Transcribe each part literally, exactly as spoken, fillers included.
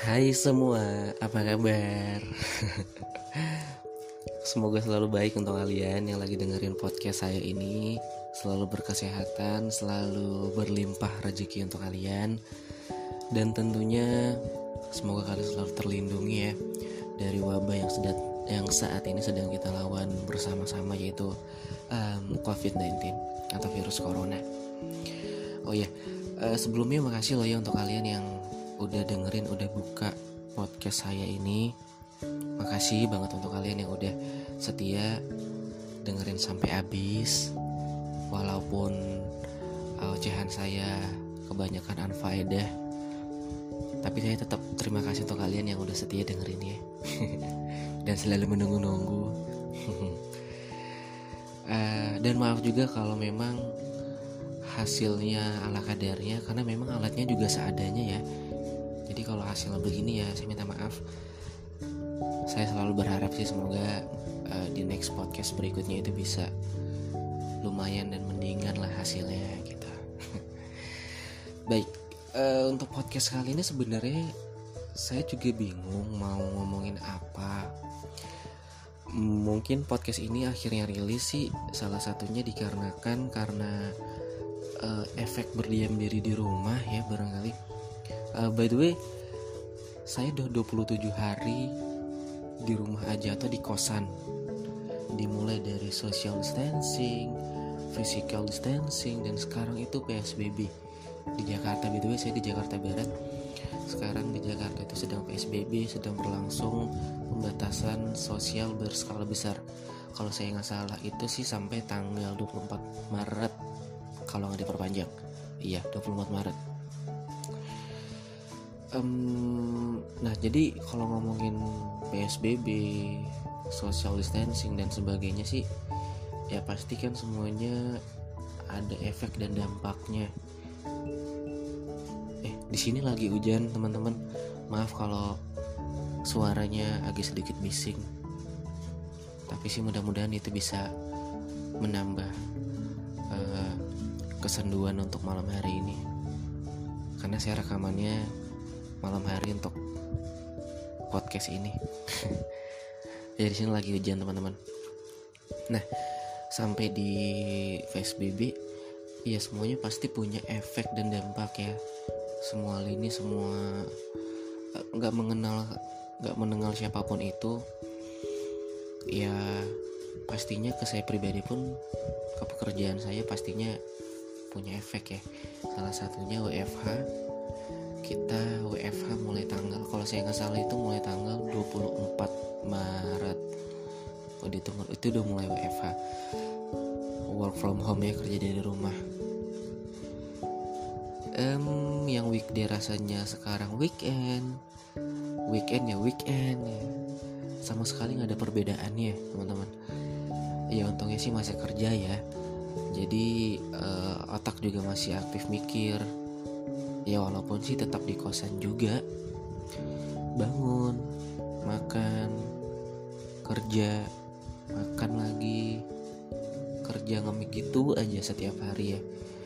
Hai semua, apa kabar? Semoga selalu baik untuk kalian yang lagi dengerin podcast saya ini. Selalu berkesehatan, selalu berlimpah rezeki untuk kalian. Dan tentunya semoga kalian selalu terlindungi ya dari wabah yang sedang yang saat ini sedang kita lawan bersama-sama, yaitu um, covid sembilan belas atau virus corona. Oh ya, uh, sebelumnya makasih loh ya untuk kalian yang udah dengerin, udah buka podcast saya ini. Makasih banget untuk kalian yang udah setia dengerin sampai habis. Walaupun uh, ocehan saya kebanyakan unfaedah, tapi saya tetap terima kasih untuk kalian yang udah setia dengerin ya. Dan selalu menunggu-nunggu. uh, Dan maaf juga kalau memang hasilnya ala kadarnya, karena memang alatnya juga seadanya ya. Jadi kalau hasilnya begini ya saya minta maaf. Saya selalu berharap sih semoga uh, di next podcast berikutnya itu bisa lumayan dan mendingan lah hasilnya gitu. Baik, uh, untuk podcast kali ini sebenarnya saya juga bingung mau ngomongin apa. Mungkin podcast ini akhirnya rilis sih salah satunya dikarenakan karena uh, efek berdiam diri di rumah ya barangkali. Uh, by the way, saya udah dua puluh tujuh hari di rumah aja atau di kosan. Dimulai dari social distancing, physical distancing, dan sekarang itu P S B B di Jakarta. By the way, saya di Jakarta Barat. Sekarang di Jakarta itu sedang P S B B, sedang berlangsung pembatasan sosial berskala besar. Kalau saya nggak salah itu sih sampai tanggal dua puluh empat Maret kalau nggak diperpanjang. Iya, dua puluh empat Maret. Um, nah jadi kalau ngomongin P S B B, social distancing dan sebagainya sih, ya pasti kan semuanya ada efek dan dampaknya. Eh di sini lagi hujan teman-teman, maaf kalau suaranya agak sedikit bising. Tapi sih mudah-mudahan itu bisa menambah uh, kesenduan untuk malam hari ini. Karena saya rekamannya malam hari untuk podcast ini. Ya di sini lagi hujan teman-teman. Nah, sampai di P S B B, ya semuanya pasti punya efek dan dampak ya. Semua lini, semua nggak mengenal, nggak mengenal siapapun itu. Ya pastinya ke saya pribadi pun, ke pekerjaan saya pastinya punya efek ya. Salah satunya W F H. Kita W F H mulai tanggal, kalau saya nggak salah itu mulai tanggal dua puluh empat Maret. Oh, ditunggu, itu udah mulai W F H, work from home ya, kerja dari rumah. Um, yang weekday rasanya sekarang weekend, weekend ya weekend ya. Sama sekali nggak ada perbedaannya teman-teman. Ya untungnya sih masih kerja ya, jadi uh, otak juga masih aktif mikir. Ya walaupun sih tetap di kosan juga, bangun, makan, kerja, makan lagi, kerja ngemik gitu aja setiap hari ya.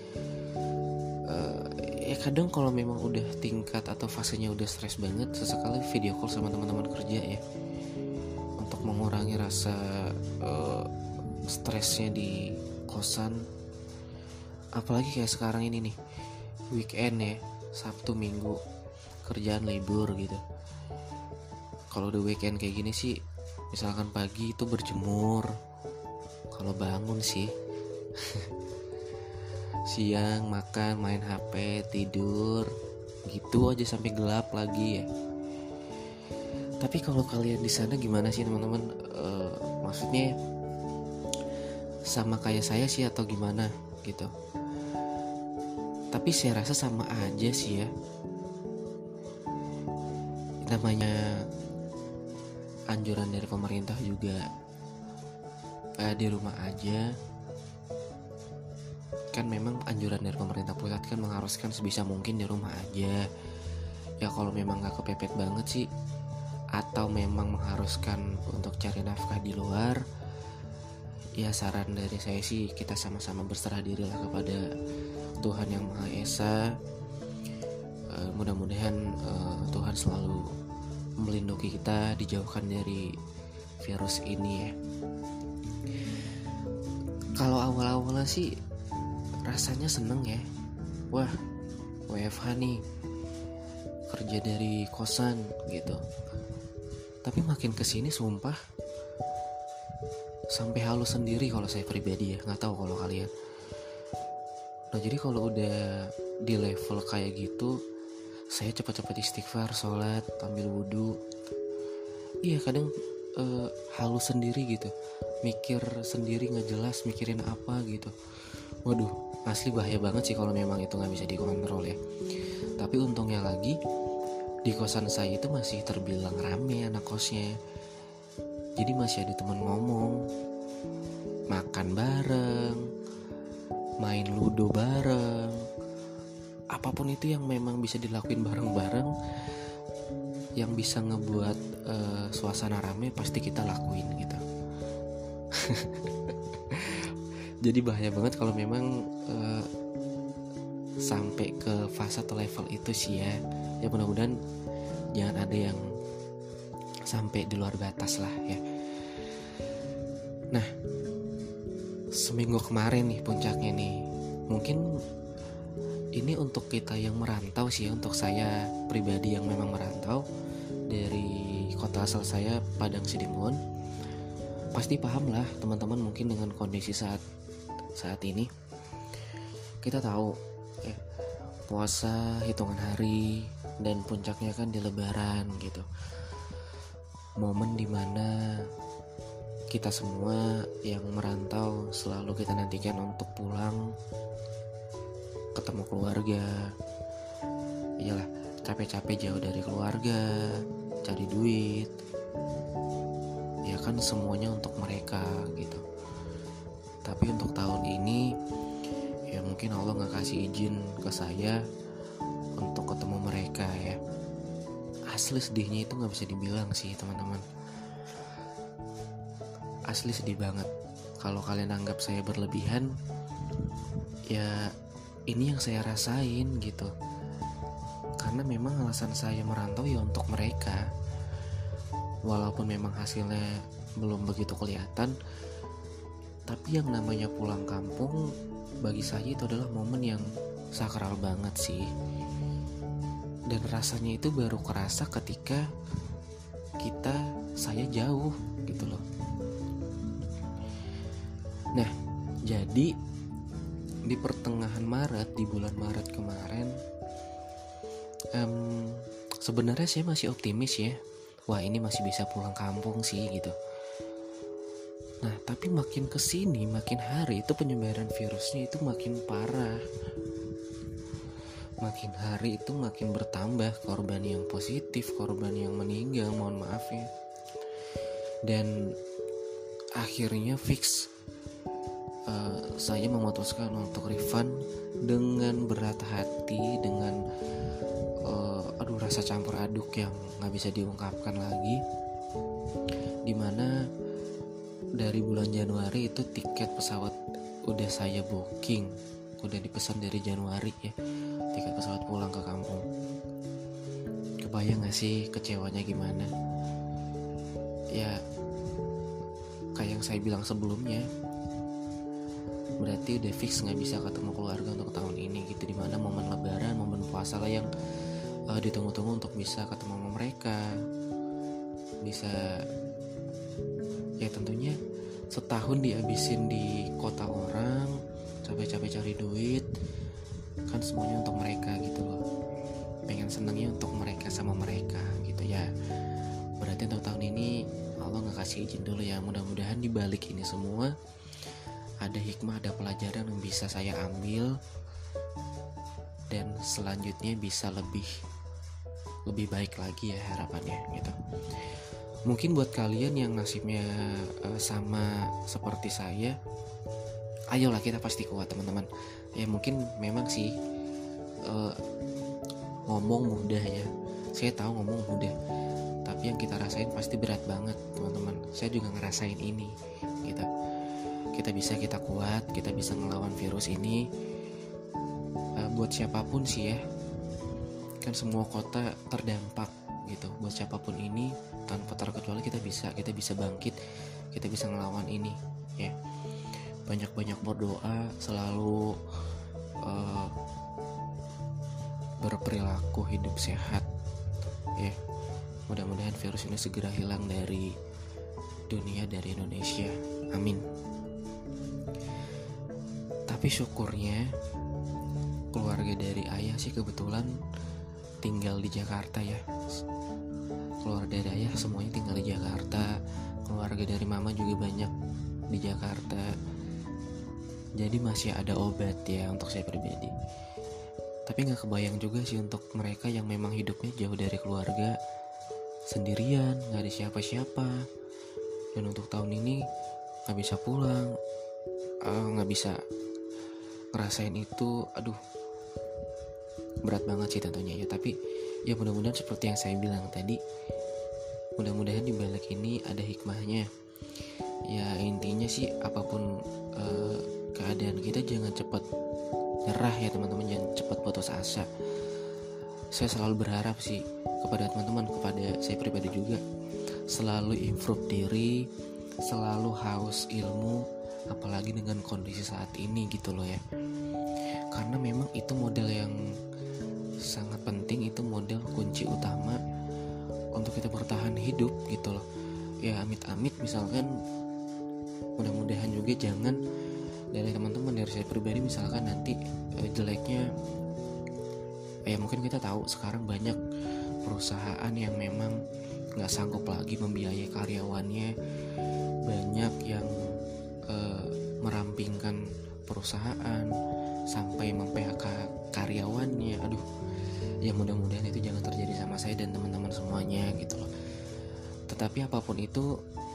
Uh, ya kadang kalau memang udah tingkat atau fasenya udah stres banget, sesekali video call sama teman-teman kerja ya, untuk mengurangi rasa uh, stresnya di kosan. Apalagi kayak sekarang ini nih, weekend ya, Sabtu Minggu kerjaan libur gitu. Kalau udah weekend kayak gini sih, misalkan pagi itu berjemur, kalau bangun sih siang makan, main H P, tidur gitu aja sampai gelap lagi ya. Tapi kalau kalian di sana gimana sih teman-teman? E, maksudnya sama kayak saya sih atau gimana gitu? Tapi saya rasa sama aja sih ya. Namanya anjuran dari pemerintah juga eh, di rumah aja. Kan memang anjuran dari pemerintah pusat kan mengharuskan sebisa mungkin di rumah aja. Ya kalau memang gak kepepet banget sih, atau memang mengharuskan untuk cari nafkah di luar, ya saran dari saya sih kita sama-sama berserah diri lah kepada Tuhan yang Maha Esa. uh, mudah-mudahan uh, Tuhan selalu melindungi kita, dijauhkan dari virus ini ya. Kalau awal-awalnya sih rasanya seneng ya, wah W F H nih, kerja dari kosan gitu. Tapi makin kesini sumpah sampai halu sendiri kalau saya pribadi ya, nggak tahu kalau kalian. Nah jadi kalau udah di level kayak gitu, saya cepat-cepat istighfar, sholat, ambil wudhu. Iya kadang uh, halu sendiri gitu, mikir sendiri nggak jelas mikirin apa gitu. Waduh, asli bahaya banget sih kalau memang itu nggak bisa dikontrol ya. Tapi untungnya lagi di kosan saya itu masih terbilang rame anak kosnya. Jadi masih ada teman ngomong, makan bareng, main ludo bareng, apapun itu yang memang bisa dilakuin bareng-bareng, yang bisa ngebuat uh, suasana rame pasti kita lakuin gitu. Jadi bahaya banget kalau memang uh, sampai ke fase atau level itu sih ya. Ya mudah-mudahan jangan ada yang sampai di luar batas lah ya. Nah, seminggu kemarin nih puncaknya nih. Mungkin ini untuk kita yang merantau sih ya, untuk saya pribadi yang memang merantau dari kota asal saya Padang Sidempuan, pasti paham lah teman-teman mungkin dengan kondisi saat saat ini. Kita tahu ya, puasa hitungan hari dan puncaknya kan di Lebaran gitu. Momen dimana kita semua yang merantau selalu kita nantikan untuk pulang, ketemu keluarga. Iyalah, capek-capek jauh dari keluarga, cari duit, ya kan semuanya untuk mereka gitu. Tapi untuk tahun ini ya mungkin Allah gak kasih izin ke saya untuk ketemu mereka ya. Asli sedihnya itu gak bisa dibilang sih teman-teman. Asli sedih banget. Kalau kalian anggap saya berlebihan, ya ini yang saya rasain gitu. Karena memang alasan saya merantau ya untuk mereka. Walaupun memang hasilnya belum begitu kelihatan, tapi yang namanya pulang kampung bagi saya itu adalah momen yang sakral banget sih. Dan rasanya itu baru kerasa ketika kita saya jauh gitu loh. Nah, jadi di pertengahan Maret, di bulan Maret kemarin, um, sebenarnya saya masih optimis ya. Wah ini masih bisa pulang kampung sih gitu. Nah tapi makin kesini, makin hari itu penyebaran virusnya itu makin parah. Makin hari itu makin bertambah korban yang positif, korban yang meninggal, mohon maaf ya. Dan akhirnya fix uh, saya memutuskan untuk refund dengan berat hati, dengan uh, aduh rasa campur aduk yang gak bisa diungkapkan lagi. Dimana dari bulan Januari itu tiket pesawat udah saya booking, udah dipesan dari Januari ya, tiket pesawat pulang ke kampung. Kebayang gak sih kecewanya gimana? Ya kayak yang saya bilang sebelumnya, berarti udah fix gak bisa ketemu keluarga untuk tahun ini gitu. Dimana momen lebaran, momen puasa lah yang uh, ditunggu-tunggu untuk bisa ketemu sama mereka. Bisa ya tentunya setahun dihabisin di kota orang, capek-capek cari duit, kan semuanya untuk mereka gitu loh. Pengen senengnya untuk mereka sama mereka gitu ya. Berarti untuk tahun ini Allah gak kasih izin dulu ya. Mudah-mudahan dibalik ini semua ada hikmah, ada pelajaran yang bisa saya ambil, dan selanjutnya bisa lebih lebih baik lagi ya harapannya gitu. Mungkin buat kalian yang nasibnya uh, sama seperti saya, ayolah kita pasti kuat teman-teman. Ya mungkin memang sih uh, ngomong mudah ya, saya tahu ngomong mudah, tapi yang kita rasain pasti berat banget teman-teman. Saya juga ngerasain ini gitu. Kita bisa, kita kuat, kita bisa ngelawan virus ini. uh, Buat siapapun sih ya, kan semua kota terdampak gitu. Buat siapapun ini tanpa terkecuali kita bisa kita bisa bangkit, kita bisa ngelawan ini ya. Banyak-banyak berdoa, selalu uh, berperilaku hidup sehat ya. Mudah-mudahan virus ini segera hilang dari dunia, dari Indonesia, amin. Tapi syukurnya keluarga dari ayah sih kebetulan tinggal di Jakarta ya. Keluarga dari ayah semuanya tinggal di Jakarta, keluarga dari mama juga banyak di Jakarta. Jadi masih ada obat ya untuk saya pribadi. Tapi gak kebayang juga sih untuk mereka yang memang hidupnya jauh dari keluarga, sendirian, gak ada siapa-siapa. Dan untuk tahun ini gak bisa pulang, uh, gak bisa ngerasain itu. Aduh, berat banget sih tentunya ya. Tapi ya mudah-mudahan seperti yang saya bilang tadi, mudah-mudahan di balik ini ada hikmahnya. Ya intinya sih apapun uh, keadaan kita, jangan cepat nyerah ya teman-teman, jangan cepat putus asa. Saya selalu berharap sih kepada teman-teman, kepada saya pribadi juga, selalu improve diri, selalu haus ilmu, apalagi dengan kondisi saat ini gitu loh ya. Karena memang itu modal yang sangat penting, itu modal kunci utama untuk kita bertahan hidup gitu loh. Ya amit-amit misalkan, mudah-mudahan juga jangan dari teman-teman, dari saya pribadi misalkan nanti eh, jeleknya ya mungkin kita tahu sekarang banyak perusahaan yang memang gak sanggup lagi membiayai karyawannya, banyak yang eh, merampingkan perusahaan sampai mem-P H K karyawannya. Aduh, ya mudah-mudahan itu jangan terjadi sama saya dan teman-teman semuanya gitu loh. Tetapi apapun itu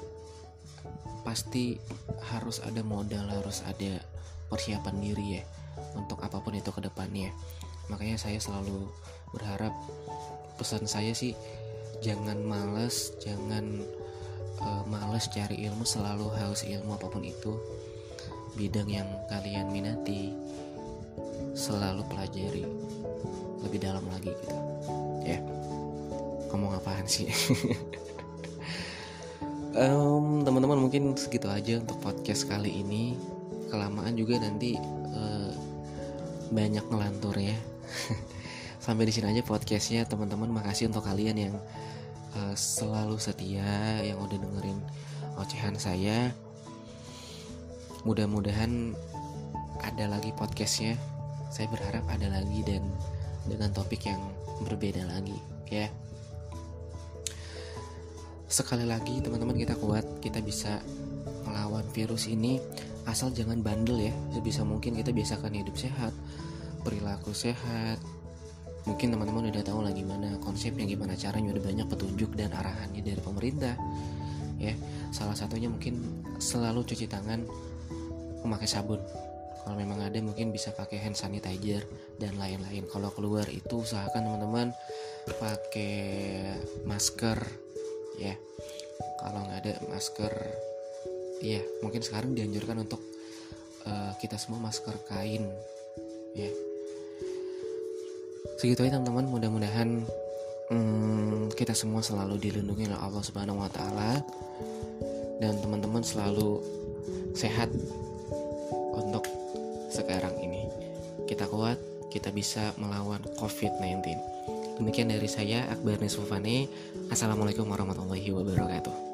pasti harus ada modal, harus ada persiapan diri ya untuk apapun itu ke depannya. Makanya saya selalu berharap, pesan saya sih jangan malas, jangan uh, malas cari ilmu, selalu haus ilmu apapun itu. Bidang yang kalian minati selalu pelajari lebih dalam lagi gitu. Ya. Ngomong apaan sih? Um, teman-teman mungkin segitu aja untuk podcast kali ini. Kelamaan juga nanti uh, banyak ngelantur ya. Sampai di sini aja podcastnya teman-teman. Makasih untuk kalian yang uh, selalu setia, yang udah dengerin ocehan saya. Mudah-mudahan ada lagi podcastnya. Saya berharap ada lagi dan dengan topik yang berbeda lagi ya. Sekali lagi teman-teman, kita kuat, kita bisa melawan virus ini, asal jangan bandel ya. Sebisa mungkin kita biasakan hidup sehat, perilaku sehat. Mungkin teman-teman udah tahu lah gimana konsepnya, gimana caranya, udah banyak petunjuk dan arahannya dari pemerintah ya. Salah satunya mungkin selalu cuci tangan, memakai sabun. Kalau memang ada mungkin bisa pakai hand sanitizer dan lain-lain. Kalau keluar itu usahakan teman-teman pakai masker ya. Kalau nggak ada masker, ya mungkin sekarang dianjurkan untuk uh, kita semua masker kain ya. Segitu aja teman-teman. Mudah-mudahan hmm, kita semua selalu dilindungi oleh Allah Subhanahu Wa Taala, dan teman-teman selalu sehat untuk sekarang ini. Kita kuat, kita bisa melawan covid sembilan belas. Demikian dari saya, Akbar Nisfufane. Assalamualaikum warahmatullahi wabarakatuh.